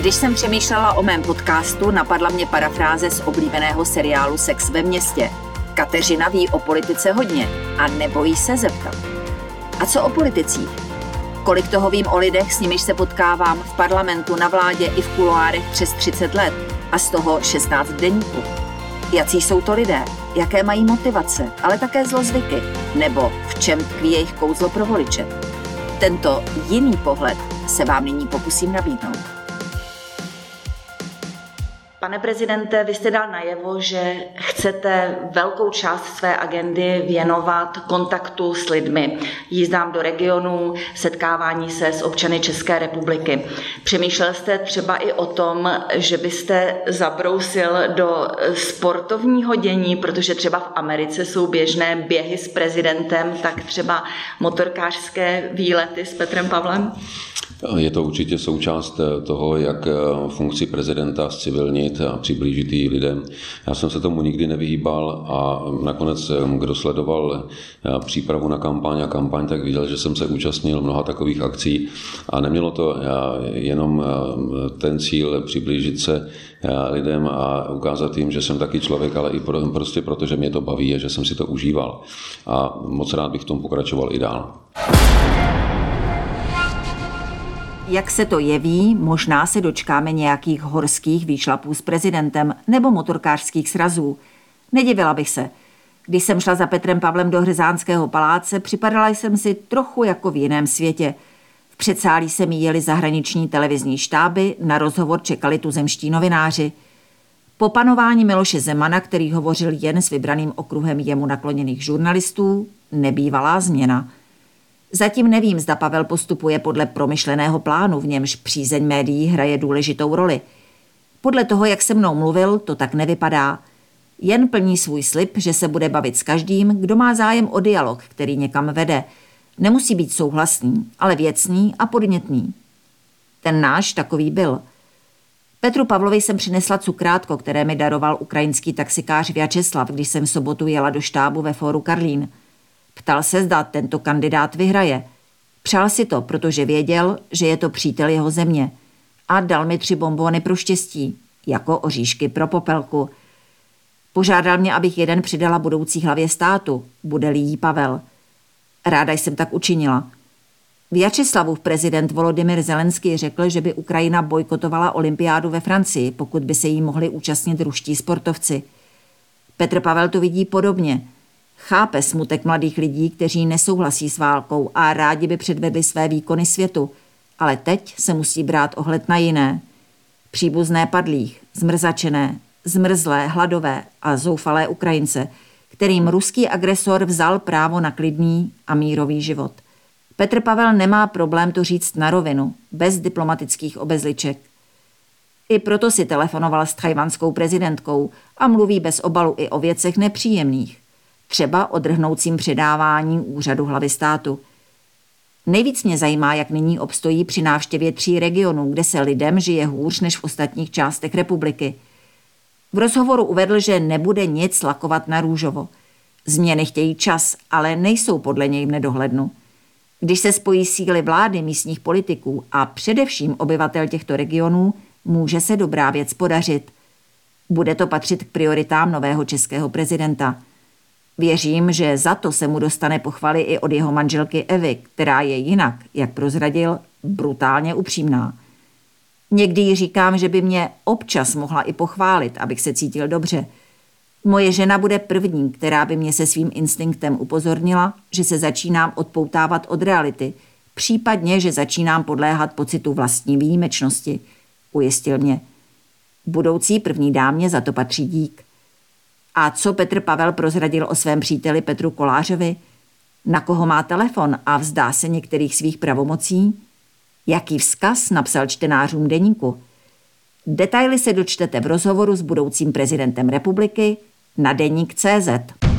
Když jsem přemýšlela o mém podcastu, napadla mě parafráze z oblíbeného seriálu Sex ve městě. Kateřina ví o politice hodně a nebojí se zeptat. A co o politicích? Kolik toho vím o lidech, s nimiž se potkávám v parlamentu, na vládě i v kuloárech přes 30 let a z toho 16 v deníku. Jací jsou to lidé? Jaké mají motivace, ale také zlozvyky? Nebo v čem tkví jejich kouzlo pro voliče? Tento jiný pohled se vám nyní pokusím nabídnout. Pane prezidente, vy jste dal najevo, že chcete velkou část své agendy věnovat kontaktu s lidmi, jízdám do regionů, setkávání se s občany České republiky. Přemýšlel jste třeba i o tom, že byste zabrousil do sportovního dění, protože třeba v Americe jsou běžné běhy s prezidentem, tak třeba motorkářské výlety s Petrem Pavlem? Je to určitě součást toho, jak funkci prezidenta zcivilnit a přiblížit ji lidem. Já jsem se tomu nikdy nevyhýbal a nakonec, kdo sledoval přípravu na kampaň, tak viděl, že jsem se účastnil mnoha takových akcí a nemělo to jenom ten cíl přiblížit se lidem a ukázat jim, že jsem taky člověk, ale i prostě proto, že mě to baví a že jsem si to užíval. A moc rád bych v tom pokračoval i dál. Jak se to jeví, možná se dočkáme nějakých horských výšlapů s prezidentem nebo motorkářských srazů. Nedivila bych se. Když jsem šla za Petrem Pavlem do Hryzánského paláce, připadala jsem si trochu jako v jiném světě. V předsálí se míjeli zahraniční televizní štáby, na rozhovor čekali tuzemští novináři. Po panování Miloše Zemana, který hovořil jen s vybraným okruhem jemu nakloněných žurnalistů, nebývalá změna. Zatím nevím, zda Pavel postupuje podle promyšleného plánu, v němž přízeň médií hraje důležitou roli. Podle toho, jak se mnou mluvil, to tak nevypadá. Jen plní svůj slib, že se bude bavit s každým, kdo má zájem o dialog, který někam vede. Nemusí být souhlasný, ale věcný a podnětný. Ten náš takový byl. Petru Pavlovi jsem přinesla cukrátko, které mi daroval ukrajinský taxikář Vjačeslav, když jsem v sobotu jela do štábu ve Fóru Karlín. Ptal se, zda tento kandidát vyhraje. Přál si to, protože věděl, že je to přítel jeho země. A dal mi 3 bonbony pro štěstí, jako oříšky pro popelku. Požádal mě, abych jeden přidala budoucí hlavě státu, bude-li jí Pavel. Ráda jsem tak učinila. Vjačeslavův prezident Volodymyr Zelenský řekl, že by Ukrajina bojkotovala olympiádu ve Francii, pokud by se jí mohli účastnit ruští sportovci. Petr Pavel to vidí podobně. Chápe smutek mladých lidí, kteří nesouhlasí s válkou a rádi by předvedli své výkony světu, ale teď se musí brát ohled na jiné. Příbuzné padlých, zmrzačené, zmrzlé, hladové a zoufalé Ukrajince, kterým ruský agresor vzal právo na klidný a mírový život. Petr Pavel nemá problém to říct na rovinu, bez diplomatických obezliček. I proto si telefonoval s tchajwanskou prezidentkou a mluví bez obalu i o věcech nepříjemných. Třeba o drhnoucím předávání úřadu hlavy státu. Nejvíc mě zajímá, jak nyní obstojí při návštěvě 3 regionů, kde se lidem žije hůř než v ostatních částech republiky. V rozhovoru uvedl, že nebude nic lakovat na růžovo. Změny chtějí čas, ale nejsou podle něj v nedohlednu. Když se spojí síly vlády, místních politiků a především obyvatel těchto regionů, může se dobrá věc podařit. Bude to patřit k prioritám nového českého prezidenta. Věřím, že za to se mu dostane pochvaly i od jeho manželky Evy, která je jinak, jak prozradil, brutálně upřímná. Někdy jí říkám, že by mě občas mohla i pochválit, abych se cítil dobře. Moje žena bude první, která by mě se svým instinktem upozornila, že se začínám odpoutávat od reality, případně, že začínám podléhat pocitu vlastní výjimečnosti, ujistil mě. Budoucí první dámě za to patří dík. A co Petr Pavel prozradil o svém příteli Petru Kolářovi? Na koho má telefon a vzdá se některých svých pravomocí? Jaký vzkaz napsal čtenářům deníku? Detaily se dočtete v rozhovoru s budoucím prezidentem republiky na deník.cz.